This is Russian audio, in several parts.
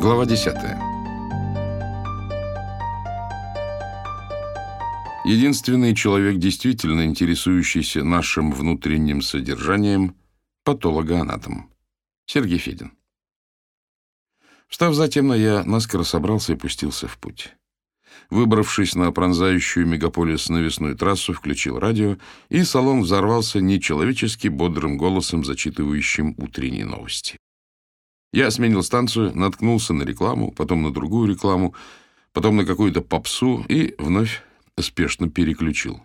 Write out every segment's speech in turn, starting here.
Глава 10. Единственный человек, действительно интересующийся нашим внутренним содержанием, патологоанатом. Сергей Федин. Встав затемно, я наскоро собрался и пустился в путь. Выбравшись на пронзающую мегаполис навесную трассу, включил радио, и салон взорвался нечеловечески бодрым голосом, зачитывающим утренние новости. Я сменил станцию, наткнулся на рекламу, потом на другую рекламу, потом на какую-то попсу и вновь спешно переключил.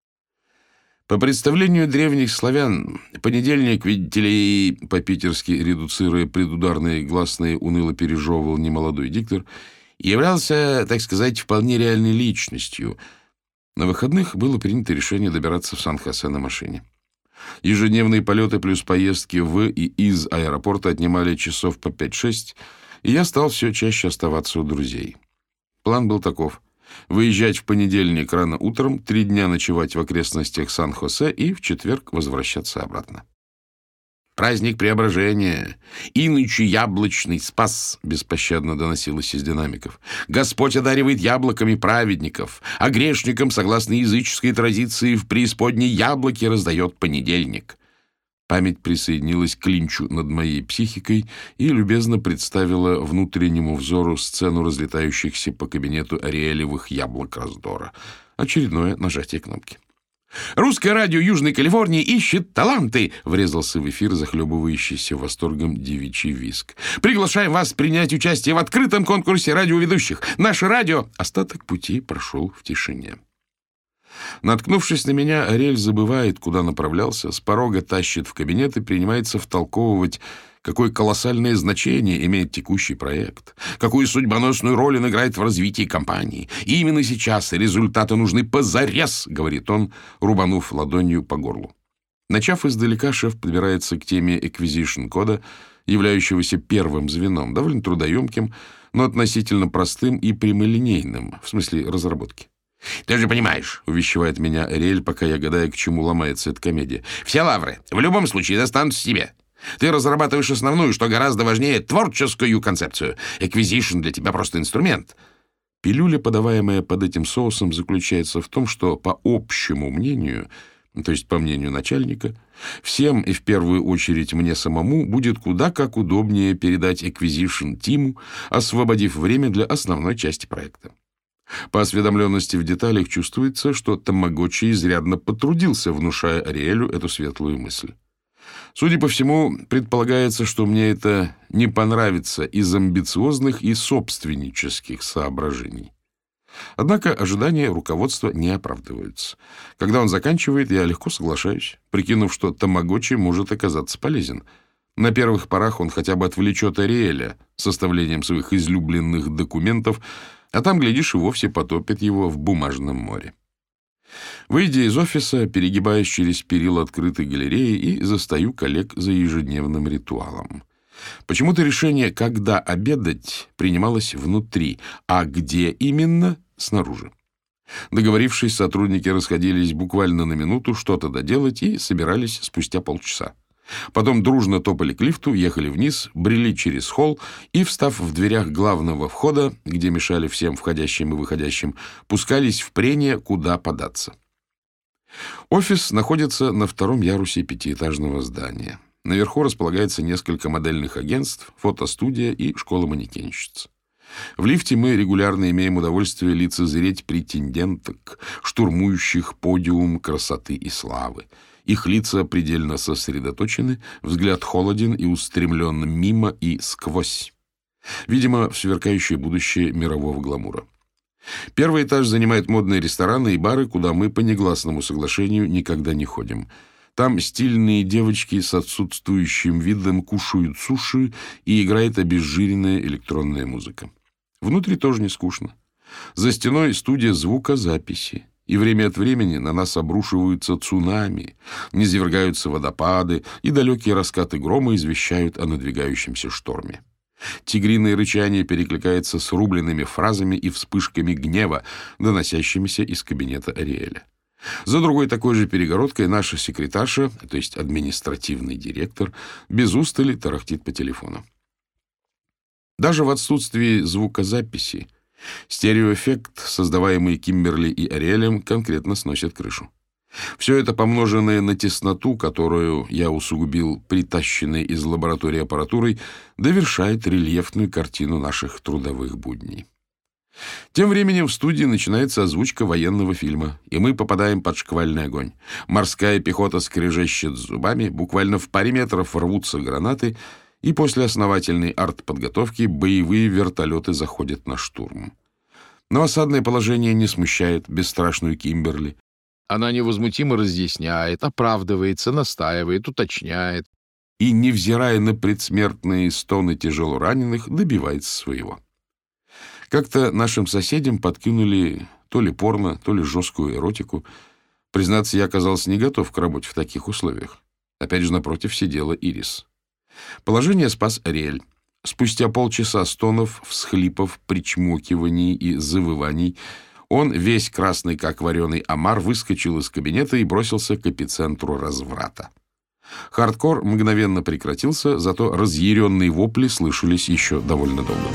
По представлению древних славян, понедельник, видите ли, по-питерски редуцируя предударные гласные, уныло пережевывал немолодой диктор, являлся, так сказать, вполне реальной личностью. На выходных было принято решение добираться в Сан-Хосе на машине. Ежедневные полеты плюс поездки в и из аэропорта отнимали часов по 5-6, и я стал все чаще оставаться у друзей. План был таков: выезжать в понедельник рано утром, 3 дня ночевать в окрестностях Сан-Хосе и в четверг возвращаться обратно. «Праздник Преображения! Иночи яблочный спас!» — беспощадно доносилось из динамиков. «Господь одаривает яблоками праведников, а грешникам, согласно языческой традиции, в преисподней яблоки раздает понедельник». Память присоединилась к клинчу над моей психикой и любезно представила внутреннему взору сцену разлетающихся по кабинету ариэлевых яблок раздора. Очередное нажатие кнопки. «Русское радио Южной Калифорнии ищет таланты!» — врезался в эфир захлебывающийся восторгом девичий виск. «Приглашаем вас принять участие в открытом конкурсе радиоведущих. Наше радио...» Остаток пути прошел в тишине. Наткнувшись на меня, Ариэль забывает, куда направлялся, с порога тащит в кабинет и принимается втолковывать, какое колоссальное значение имеет текущий проект, какую судьбоносную роль он играет в развитии компании. И именно сейчас результаты нужны позарез, говорит он, рубанув ладонью по горлу. Начав издалека, шеф подбирается к теме acquisition кода, являющегося первым звеном, довольно трудоемким, но относительно простым и прямолинейным, в смысле разработки. «Ты же понимаешь», — увещевает меня Ариэль, пока я гадаю, к чему ломается эта комедия, «все лавры в любом случае достанутся тебе. Ты разрабатываешь основную, что гораздо важнее, творческую концепцию. Acquisition для тебя просто инструмент». Пилюля, подаваемая под этим соусом, заключается в том, что, по общему мнению, то есть по мнению начальника, всем и в первую очередь мне самому будет куда как удобнее передать Acquisition Тиму, освободив время для основной части проекта. По осведомленности в деталях чувствуется, что Тамагочи изрядно потрудился, внушая Ариэлю эту светлую мысль. Судя по всему, предполагается, что мне это не понравится из амбициозных и собственнических соображений. Однако ожидания руководства не оправдываются. Когда он заканчивает, я легко соглашаюсь, прикинув, что Тамагочи может оказаться полезен. На первых порах он хотя бы отвлечет Ариэля составлением своих излюбленных документов, а там, глядишь, и вовсе потопит его в бумажном море. Выйдя из офиса, перегибаюсь через перила открытой галереи и застаю коллег за ежедневным ритуалом. Почему-то решение, когда обедать, принималось внутри, а где именно — снаружи. Договорившись, сотрудники расходились буквально на минуту что-то доделать и собирались спустя полчаса. Потом дружно топали к лифту, ехали вниз, брели через холл и, встав в дверях главного входа, где мешали всем входящим и выходящим, пускались в прение, куда податься. Офис находится на 2-м ярусе 5-этажного здания. Наверху располагается несколько модельных агентств, фотостудия и школа манекенщиц. В лифте мы регулярно имеем удовольствие лицезреть претенденток, штурмующих подиум красоты и славы. Их лица предельно сосредоточены, взгляд холоден и устремлен мимо и сквозь. Видимо, в сверкающее будущее мирового гламура. 1-й этаж занимает модные рестораны и бары, куда мы по негласному соглашению никогда не ходим. Там стильные девочки с отсутствующим видом кушают суши и играет обезжиренная электронная музыка. Внутри тоже не скучно. За стеной студия звукозаписи. И время от времени на нас обрушиваются цунами, низвергаются водопады, и далекие раскаты грома извещают о надвигающемся шторме. Тигриное рычание перекликается с рубленными фразами и вспышками гнева, доносящимися из кабинета Ариэля. За другой такой же перегородкой наша секретарша, то есть административный директор, без устали тарахтит по телефону. Даже в отсутствии звукозаписи стереоэффект, создаваемый Кимберли и Ариэлем, конкретно сносит крышу. Все это, помноженное на тесноту, которую я усугубил притащенной из лаборатории аппаратурой, довершает рельефную картину наших трудовых будней. Тем временем в студии начинается озвучка военного фильма, и мы попадаем под шквальный огонь. Морская пехота скрежещет зубами, буквально в паре метров рвутся гранаты, и после основательной артподготовки боевые вертолеты заходят на штурм. Но осадное положение не смущает бесстрашную Кимберли. Она невозмутимо разъясняет, оправдывается, настаивает, уточняет и, невзирая на предсмертные стоны тяжелораненых, добивается своего. Как-то нашим соседям подкинули то ли порно, то ли жесткую эротику. Признаться, я оказался не готов к работе в таких условиях. Опять же, напротив сидела Ирис. Положение спас Ариэль. Спустя полчаса стонов, всхлипов, причмокиваний и завываний он, весь красный, как вареный омар, выскочил из кабинета и бросился к эпицентру разврата. Хардкор мгновенно прекратился, зато разъяренные вопли слышались еще довольно долго.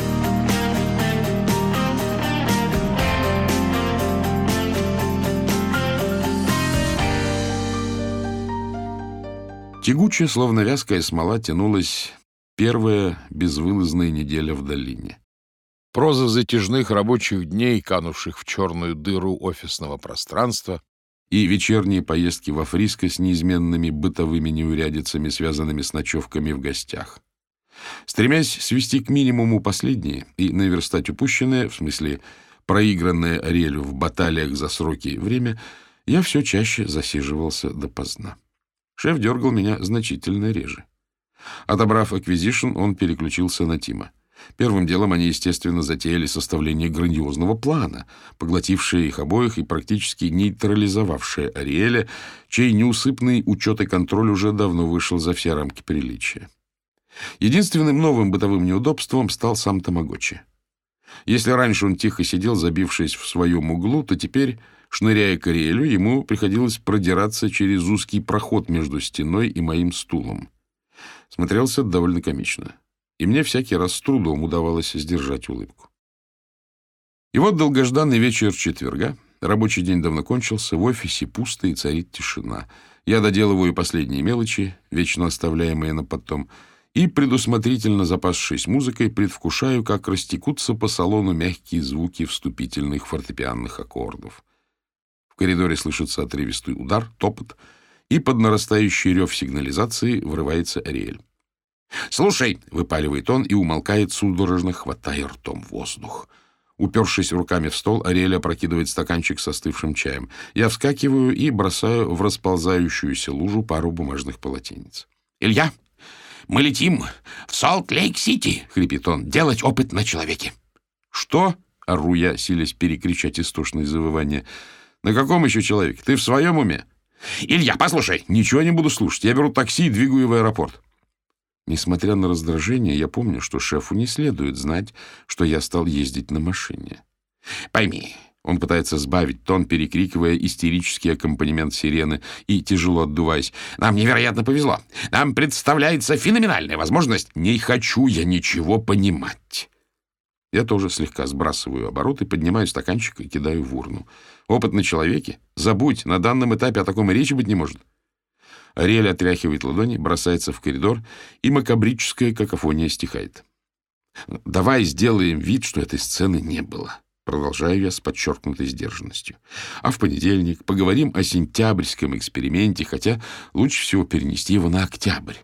Тягучая, словно вязкая смола, тянулась первая безвылазная неделя в долине. Проза затяжных рабочих дней, канувших в черную дыру офисного пространства, и вечерние поездки во Фриско с неизменными бытовыми неурядицами, связанными с ночевками в гостях. Стремясь свести к минимуму последние и наверстать упущенное, в смысле проигранное Ариэлю в баталиях за сроки время, я все чаще засиживался допоздна. Шеф дергал меня значительно реже. Отобрав Acquisition, он переключился на Тима. Первым делом они, естественно, затеяли составление грандиозного плана, поглотившее их обоих и практически нейтрализовавшее Ариэля, чей неусыпный учет и контроль уже давно вышел за все рамки приличия. Единственным новым бытовым неудобством стал сам Тамагочи. Если раньше он тихо сидел, забившись в своем углу, то теперь, шныряя к Ариэлю, ему приходилось продираться через узкий проход между стеной и моим стулом. Смотрелся довольно комично, и мне всякий раз с трудом удавалось сдержать улыбку. И вот долгожданный вечер четверга, рабочий день давно кончился, в офисе пусто и царит тишина. Я доделываю последние мелочи, вечно оставляемые на потом, и, предусмотрительно запасшись музыкой, предвкушаю, как растекутся по салону мягкие звуки вступительных фортепианных аккордов. В коридоре слышится отрывистый удар, топот, и под нарастающий рев сигнализации врывается Ариэль. «Слушай!» — выпаливает он и умолкает, судорожно хватая ртом воздух. Упершись руками в стол, Ариэль опрокидывает стаканчик с остывшим чаем. Я вскакиваю и бросаю в расползающуюся лужу пару бумажных полотенец. «Илья, мы летим в Солт-Лейк-Сити!» — хрипит он. «Делать опыт на человеке!» «Что?» — ору я, силясь перекричать истошные завывания. «На каком еще человеке? Ты в своем уме?» «Илья, послушай!» «Ничего не буду слушать. Я беру такси и двигаю в аэропорт». Несмотря на раздражение, я помню, что шефу не следует знать, что я стал ездить на машине. «Пойми», — он пытается сбавить тон, перекрикивая истерический аккомпанемент сирены и тяжело отдуваясь, «нам невероятно повезло. Нам представляется феноменальная возможность. Не хочу я ничего понимать». Я тоже слегка сбрасываю обороты, поднимаю стаканчик и кидаю в урну. Опыт на человеке? Забудь, на данном этапе о таком и речи быть не может. Ариэль отряхивает ладони, бросается в коридор, и макабрическая какофония стихает. «Давай сделаем вид, что этой сцены не было», — продолжаю я с подчеркнутой сдержанностью. «А в понедельник поговорим о сентябрьском эксперименте, хотя лучше всего перенести его на октябрь».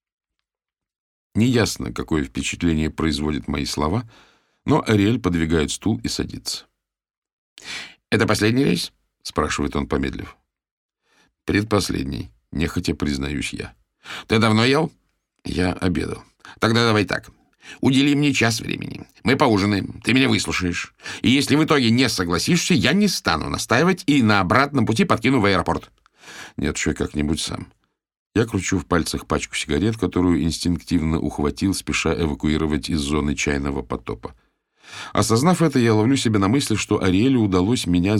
Неясно, какое впечатление производят мои слова, но Ариэль подвигает стул и садится. «Это последний рейс?» — спрашивает он, помедлив. «Предпоследний. Нехотя признаюсь я». «Ты давно ел?» «Я обедал». «Тогда давай так. Удели мне час времени. Мы поужинаем, ты меня выслушаешь. И если в итоге не согласишься, я не стану настаивать и на обратном пути подкину в аэропорт». «Нет, что как-нибудь сам». Я кручу в пальцах пачку сигарет, которую инстинктивно ухватил, спеша эвакуировать из зоны чайного потопа. Осознав это, я ловлю себя на мысли, что Ариэлю удалось меня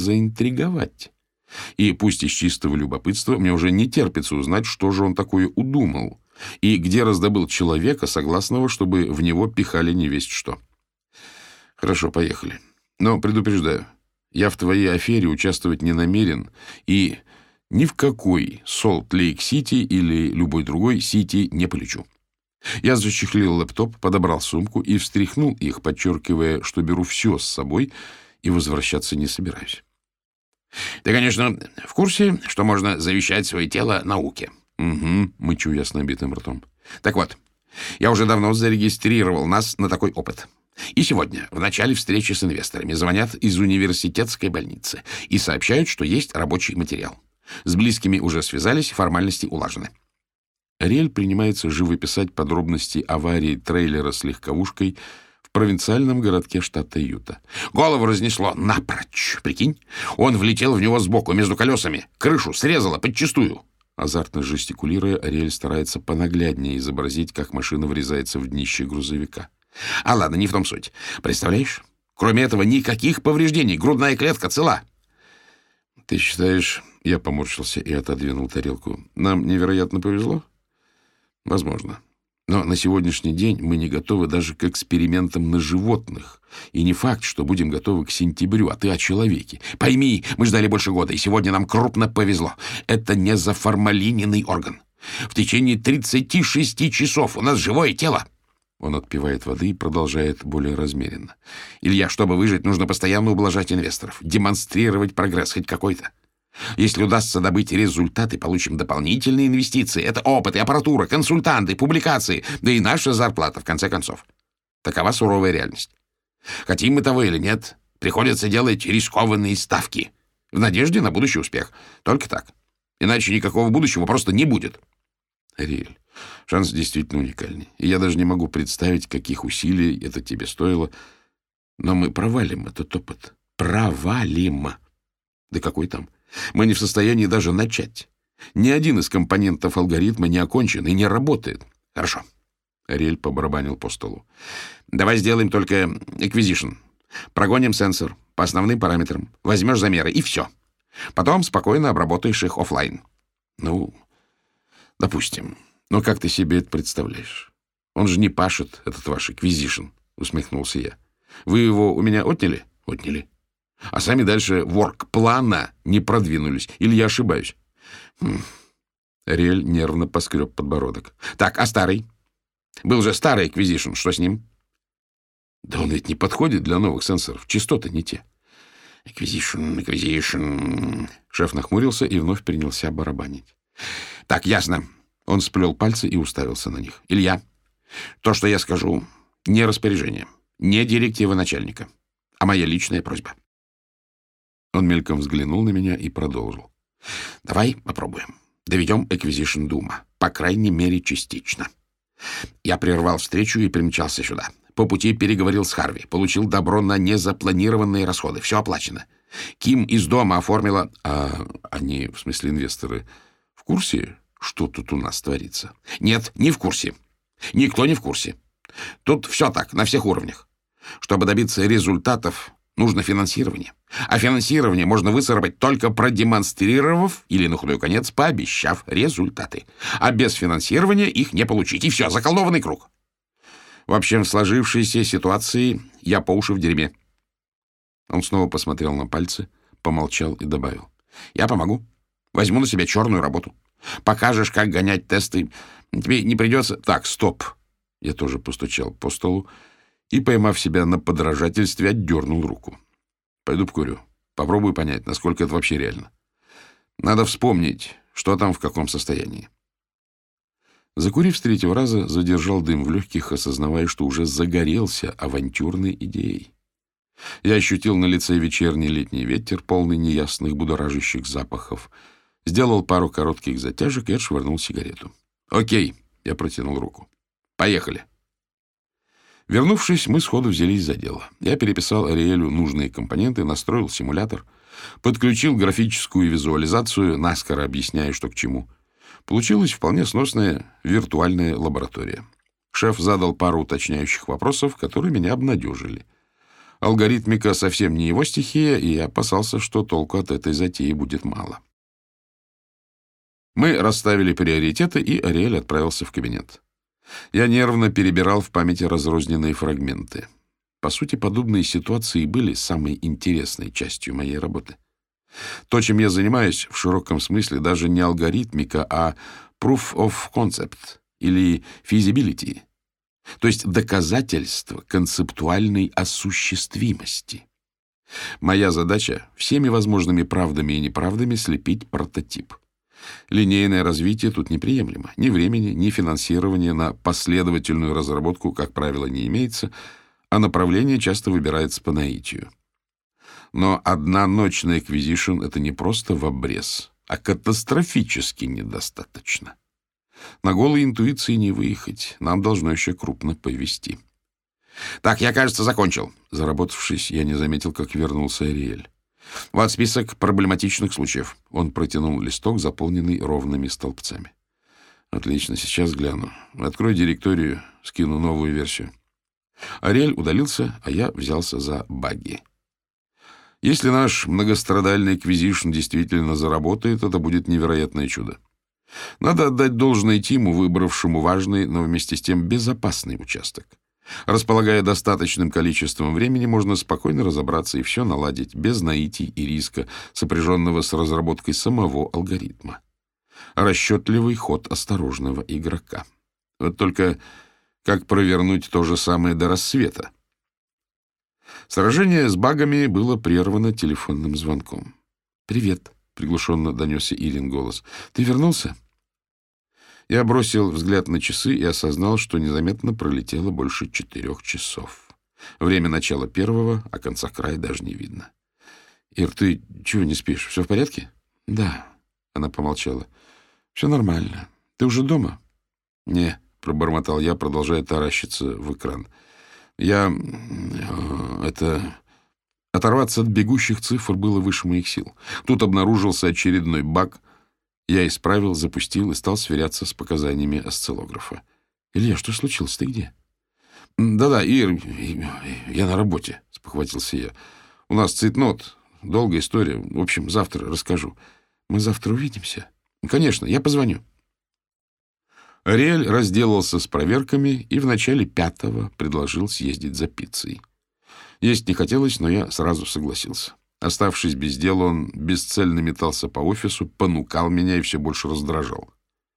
заинтриговать. И пусть из чистого любопытства мне уже не терпится узнать, что же он такое удумал. И где раздобыл человека, согласного, чтобы в него пихали невесть что. Хорошо, поехали. Но предупреждаю, я в твоей афере участвовать не намерен и ни в какой Солт-Лейк-Сити или любой другой Сити не полечу. Я зачехлил лэптоп, подобрал сумку и встряхнул их, подчеркивая, что беру все с собой и возвращаться не собираюсь. Ты, конечно, в курсе, что можно завещать свое тело науке? Угу, мычу я с набитым ртом. Так вот, я уже давно зарегистрировал нас на такой опыт. И сегодня, в начале встречи с инвесторами, звонят из университетской больницы и сообщают, что есть рабочий материал. С близкими уже связались, формальности улажены. Ариэль принимается живописать подробности аварии трейлера с легковушкой в провинциальном городке штата Юта. Голову разнесло напрочь, прикинь. Он влетел в него сбоку, между колесами. Крышу срезало подчистую. Азартно жестикулируя, Ариэль старается понагляднее изобразить, как машина врезается в днище грузовика. А ладно, не в том суть. Представляешь? Кроме этого, никаких повреждений. Грудная клетка цела. Ты считаешь... Я поморщился и отодвинул тарелку. Нам невероятно повезло? Возможно. Но на сегодняшний день мы не готовы даже к экспериментам на животных. И не факт, что будем готовы к сентябрю, а ты о человеке. Пойми, мы ждали больше года, и сегодня нам крупно повезло. Это не заформалиненный орган. В течение 36 часов у нас живое тело. Он отпивает воды и продолжает более размеренно. Илья, чтобы выжить, нужно постоянно ублажать инвесторов, демонстрировать прогресс хоть какой-то. Если удастся добыть результаты, получим дополнительные инвестиции. Это опыт и аппаратура, консультанты, публикации, да и наша зарплата, в конце концов. Такова суровая реальность. Хотим мы того или нет, приходится делать рискованные ставки в надежде на будущий успех. Только так. Иначе никакого будущего просто не будет. Ариэль, шанс действительно уникальный. И я даже не могу представить, каких усилий это тебе стоило. Но мы провалим этот опыт. Провалим. Да какой там? Мы не в состоянии даже начать. Ни один из компонентов алгоритма не окончен и не работает. Хорошо. Ариэль побарабанил по столу. Давай сделаем только acquisition. Прогоним сенсор по основным параметрам. Возьмешь замеры, и все. Потом спокойно обработаешь их офлайн. Ну, допустим. Но как ты себе это представляешь? Он же не пашет, этот ваш acquisition, усмехнулся я. Вы его у меня отняли? Отняли. А сами дальше ворк-плана не продвинулись. Или я ошибаюсь? Ариэль нервно поскреб подбородок. Так, а старый? Был же старый acquisition. Что с ним? Да он ведь не подходит для новых сенсоров. Частоты не те. Acquisition. Шеф нахмурился и вновь принялся барабанить. Так, ясно. Он сплел пальцы и уставился на них. Илья, то, что я скажу, не распоряжение, не директива начальника, а моя личная просьба. Он мельком взглянул на меня и продолжил. Давай попробуем. Доведем acquisition до ума. По крайней мере, частично. Я прервал встречу и примчался сюда. По пути переговорил с Харви. Получил добро на незапланированные расходы. Все оплачено. Ким из дома оформила... А они, в смысле инвесторы, в курсе, что тут у нас творится? Нет, не в курсе. Никто не в курсе. Тут все так, на всех уровнях. Чтобы добиться результатов... нужно финансирование. А финансирование можно выцарапать, только продемонстрировав или, на худой конец, пообещав результаты. А без финансирования их не получить. И все, заколдованный круг. В общем, в сложившейся ситуации я по уши в дерьме. Он снова посмотрел на пальцы, помолчал и добавил. Я помогу. Возьму на себя черную работу. Покажешь, как гонять тесты. Тебе не придется... Так, стоп. Я тоже постучал по столу и, поймав себя на подражательстве, отдернул руку. Пойду покурю. Попробую понять, насколько это вообще реально. Надо вспомнить, что там в каком состоянии. Закурив с третьего раза, задержал дым в легких, осознавая, что уже загорелся авантюрной идеей. Я ощутил на лице вечерний летний ветер, полный неясных будоражащих запахов. Сделал пару коротких затяжек и отшвырнул сигарету. «Окей», — я протянул руку. «Поехали». Вернувшись, мы сходу взялись за дело. Я переписал Ариэлю нужные компоненты, настроил симулятор, подключил графическую визуализацию, наскоро объясняя, что к чему. Получилась вполне сносная виртуальная лаборатория. Шеф задал пару уточняющих вопросов, которые меня обнадежили. Алгоритмика совсем не его стихия, и я опасался, что толку от этой затеи будет мало. Мы расставили приоритеты, и Ариэль отправился в кабинет. Я нервно перебирал в памяти разрозненные фрагменты. По сути, подобные ситуации были самой интересной частью моей работы. То, чем я занимаюсь, в широком смысле даже не алгоритмика, а proof of concept или feasibility, то есть доказательство концептуальной осуществимости. Моя задача — всеми возможными правдами и неправдами слепить прототип. Линейное развитие тут неприемлемо. Ни времени, ни финансирования на последовательную разработку, как правило, не имеется, а направление часто выбирается по наитию. Но одна ночь на Acquisition — это не просто в обрез, а катастрофически недостаточно. На голой интуиции не выехать, нам должно еще крупно повезти. «Так, я, кажется, закончил». Заработавшись, я не заметил, как вернулся Ариэль. «Вот список проблематичных случаев». Он протянул листок, заполненный ровными столбцами. «Отлично, сейчас гляну. Открой директорию, скину новую версию». Ариэль удалился, а я взялся за багги. Если наш многострадальный Acquisition действительно заработает, это будет невероятное чудо. Надо отдать должное Тиму, выбравшему важный, но вместе с тем безопасный участок. Располагая достаточным количеством времени, можно спокойно разобраться и все наладить, без наитий и риска, сопряженного с разработкой самого алгоритма. Расчетливый ход осторожного игрока. Вот только как провернуть то же самое до рассвета? Сражение с багами было прервано телефонным звонком. «Привет», — приглушенно донесся Ирин голос. «Ты вернулся?» Я бросил взгляд на часы и осознал, что незаметно пролетело больше 4 часов. Время начала 1, а конца края даже не видно. «Ир, ты чего не спишь? Все в порядке?» «Да», — она помолчала. «Все нормально. Ты уже дома?» «Не», — пробормотал я, продолжая таращиться в экран. Оторваться от бегущих цифр было выше моих сил. Тут обнаружился очередной баг. Я исправил, запустил и стал сверяться с показаниями осциллографа. «Илья, что случилось? Ты где?» «Да-да, Ир, я на работе», — спохватился я. «У нас цейтнот, долгая история. В общем, завтра расскажу». «Мы завтра увидимся?» «Конечно, я позвоню». Ариэль разделался с проверками и в начале 5 предложил съездить за пиццей. Есть не хотелось, но я сразу согласился. Оставшись без дела, он бесцельно метался по офису, понукал меня и все больше раздражал.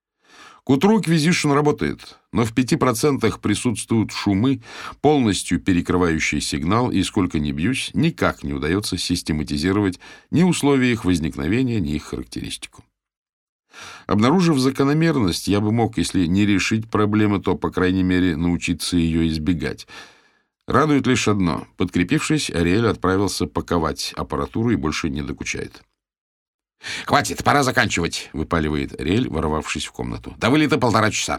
К утру Acquisition работает, но в 5% присутствуют шумы, полностью перекрывающие сигнал, и сколько ни бьюсь, никак не удается систематизировать ни условия их возникновения, ни их характеристику. Обнаружив закономерность, я бы мог, если не решить проблемы, то, по крайней мере, научиться ее избегать. Радует лишь одно. Подкрепившись, Ариэль отправился паковать аппаратуру и больше не докучает. «Хватит, пора заканчивать», — выпаливает Ариэль, ворвавшись в комнату. «До вылета 1,5 часа».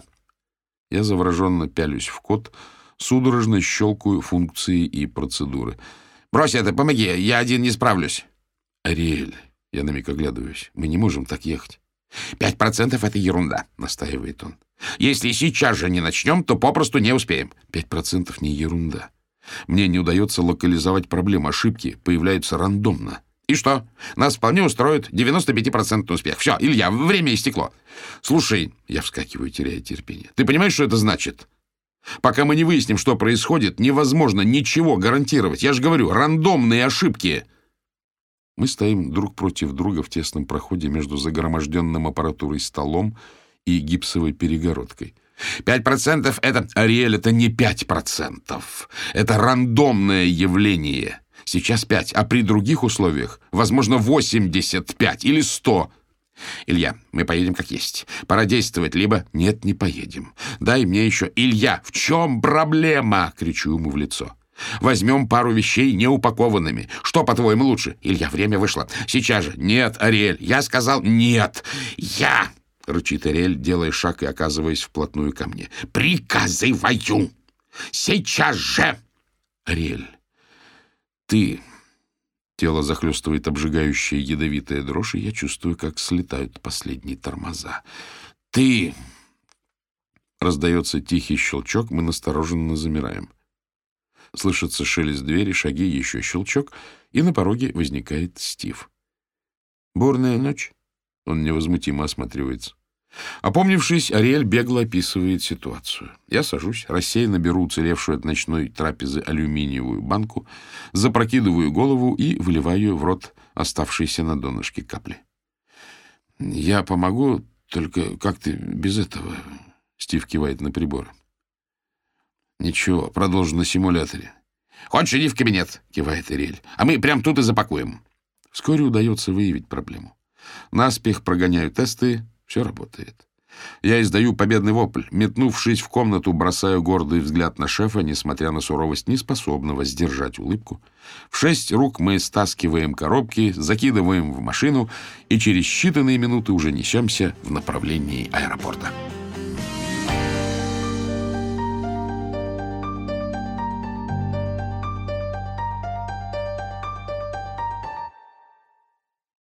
Я завороженно пялюсь в код, судорожно щелкаю функции и процедуры. «Брось это, помоги, я один не справлюсь». «Ариэль», — я на миг оглядываюсь, — «мы не можем так ехать». 5% — это ерунда, — настаивает он. «Если сейчас же не начнем, то попросту не успеем». 5% не ерунда. Мне не удается локализовать проблему. Ошибки появляются рандомно. И что? Нас вполне устроит 95% успех. Все, Илья, время истекло. Слушай, я вскакиваю, теряя терпение. Ты понимаешь, что это значит? Пока мы не выясним, что происходит, невозможно ничего гарантировать. Я же говорю, рандомные ошибки. Мы стоим друг против друга в тесном проходе между загроможденным аппаратурой столом и гипсовой перегородкой. 5% — это... Ариэль, это не 5%. Это рандомное явление. Сейчас 5, а при других условиях, возможно, 85 или 100. Илья, мы поедем как есть. Пора действовать, либо... Нет, не поедем. Дай мне еще... Илья, в чем проблема? Кричу ему в лицо. Возьмем пару вещей неупакованными. Что, по-твоему, лучше? Илья, время вышло. Сейчас же. Нет, Ариэль, я сказал нет. Я... — рычит Ариэль, делая шаг и оказываясь вплотную ко мне. «Приказываю! Сейчас же!» «Ариэль, ты...» Тело захлестывает обжигающая ядовитая дрожь, и я чувствую, как слетают последние тормоза. «Ты...» Раздается тихий щелчок, мы настороженно замираем. Слышится шелест двери, шаги, еще щелчок, и на пороге возникает Стив. «Бурная ночь?» Он невозмутимо осматривается. Опомнившись, Ариэль бегло описывает ситуацию. Я сажусь, рассеянно беру уцелевшую от ночной трапезы алюминиевую банку, запрокидываю голову и выливаю в рот оставшиеся на донышке капли. «Я помогу, только как ты без этого?» Стив кивает на прибор. «Ничего, продолжу на симуляторе». «Хочешь, иди в кабинет», — кивает Ариэль, «а мы прямо тут и запакуем». Вскоре удается выявить проблему. Наспех прогоняю тесты, все работает. Я издаю победный вопль. Метнувшись в комнату, бросаю гордый взгляд на шефа, несмотря на суровость, неспособного сдержать улыбку. В 6 рук мы стаскиваем коробки, закидываем в машину и через считанные минуты уже несемся в направлении аэропорта.